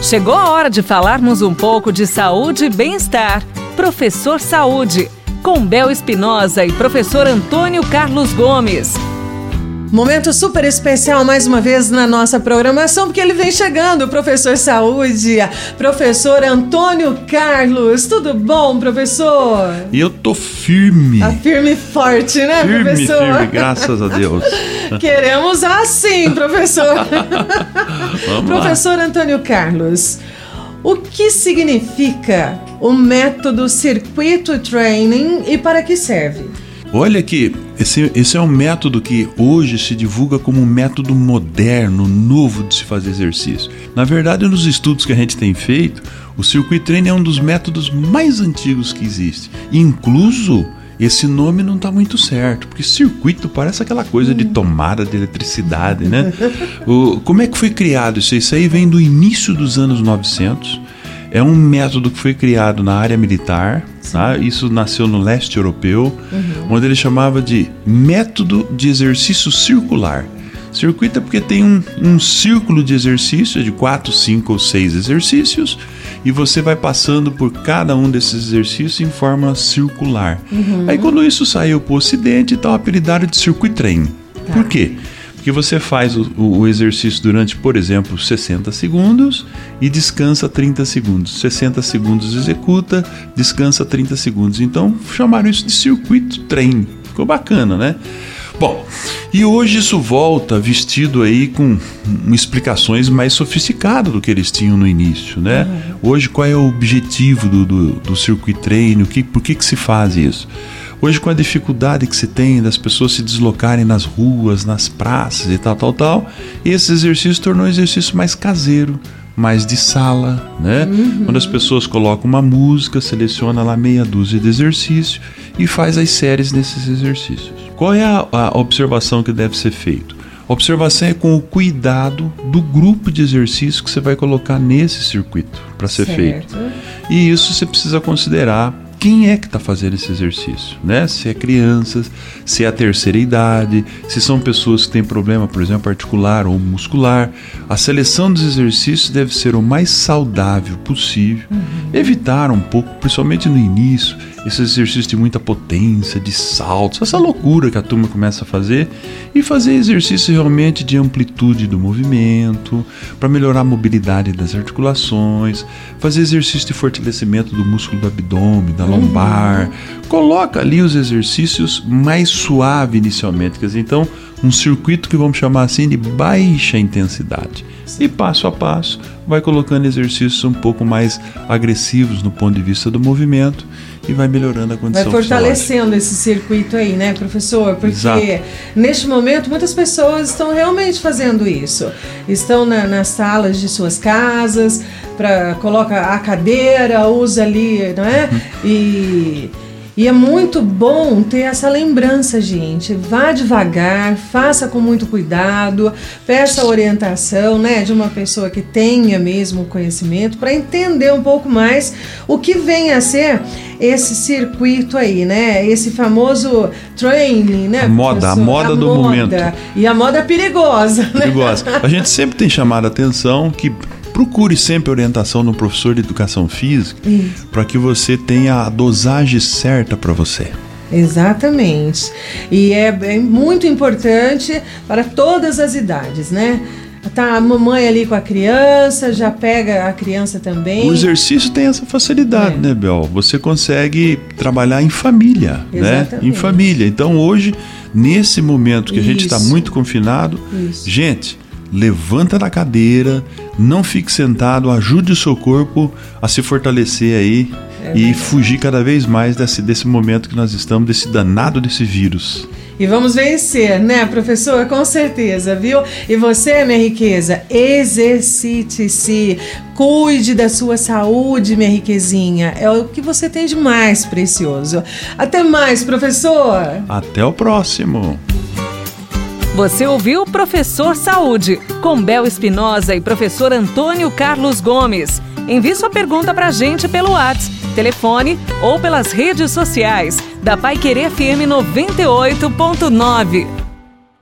Chegou a hora de falarmos um pouco de saúde e bem-estar. Professor Saúde, com Bel Espinosa e professor Antônio Carlos Gomes. Momento super especial mais uma vez na nossa programação, porque ele vem chegando, o professor Saúde, professor Antônio Carlos. Tudo bom, professor? Eu tô firme. Firme e forte, né, professor? Firme, graças a Deus. Queremos assim, professor. Professor Antônio Carlos, o que significa o método Circuito Training e para que serve? Olha que esse é um método que hoje se divulga como um método moderno, novo de se fazer exercício. Na verdade, nos estudos que a gente tem feito, o Circuit Training é um dos métodos mais antigos que existe. Incluso, esse nome não está muito certo, porque circuito parece aquela coisa de tomada de eletricidade, né? Como é que foi criado isso? Isso aí vem do início dos anos 900. É um método que foi criado na área militar, tá? Isso nasceu no leste europeu, onde ele chamava de método de exercício circular. Circuito é porque tem um círculo de exercício de 4, 5 ou 6 exercícios e você vai passando por cada um desses exercícios em forma circular. Aí quando isso saiu para o ocidente, então apelidaram de Circuit Training. Tá. Por quê? Porque você faz o exercício durante, por exemplo, 60 segundos e descansa 30 segundos. 60 segundos executa, descansa 30 segundos. Então, chamaram isso de circuito training. Ficou bacana, né? Bom, e hoje isso volta vestido aí com explicações mais sofisticadas do que eles tinham no início, né? Hoje, qual é o objetivo do circuit training? Por que se faz isso? Hoje, com a dificuldade que se tem das pessoas se deslocarem nas ruas, nas praças e tal, esse exercício tornou um exercício mais caseiro, mais de sala, né? Quando as pessoas colocam uma música, seleciona lá meia dúzia de exercícios e faz as séries desses exercícios. Qual é a observação que deve ser feita? A observação é com o cuidado do grupo de exercícios que você vai colocar nesse circuito para ser feito. E isso você precisa considerar quem é que está fazendo esse exercício, né? Se é crianças, se é a terceira idade, se são pessoas que têm problema, por exemplo, articular ou muscular. A seleção dos exercícios deve ser o mais saudável possível. Evitar um pouco, principalmente no início, esses exercícios de muita potência, de saltos, essa loucura que a turma começa a fazer, e fazer exercício realmente de amplitude do movimento, para melhorar a mobilidade das articulações, fazer exercício de fortalecimento do músculo do abdômen, da lombar. Coloca ali os exercícios mais suave inicialmente, quer dizer, então um circuito que vamos chamar assim de baixa intensidade. E passo a passo vai colocando exercícios um pouco mais agressivos no ponto de vista do movimento e vai melhorando a condição fisiológica. Vai fortalecendo esse circuito aí, né, professor? Porque neste momento muitas pessoas estão realmente fazendo isso. Estão nas salas de suas casas, coloca a cadeira, usa ali, não é? E é muito bom ter essa lembrança, gente. Vá devagar, faça com muito cuidado, peça a orientação, né, de uma pessoa que tenha mesmo conhecimento para entender um pouco mais o que vem a ser esse circuito aí, né? Esse famoso training, né? A moda do momento. E a moda perigosa, né? Perigosa. A gente sempre tem chamado a atenção que procure sempre a orientação de um professor de educação física para que você tenha a dosagem certa para você. Exatamente. E é muito importante para todas as idades, né? Tá a mamãe ali com a criança, já pega a criança também. O exercício tem essa facilidade, né, Bel? Você consegue trabalhar em família, né? Em família. Então hoje, nesse momento que a gente está muito confinado, gente, levanta da cadeira, não fique sentado, ajude o seu corpo a se fortalecer aí e fugir cada vez mais desse momento que nós estamos, desse danado desse vírus. E vamos vencer, né, professor? Com certeza, viu? E você, minha riqueza, exercite-se, cuide da sua saúde, minha riquezinha. É o que você tem de mais precioso. Até mais, professor! Até o próximo! Você ouviu o Professor Saúde, com Bel Espinosa e professor Antônio Carlos Gomes. Envie sua pergunta pra gente pelo WhatsApp, telefone ou pelas redes sociais da Paiquerê FM 98.9.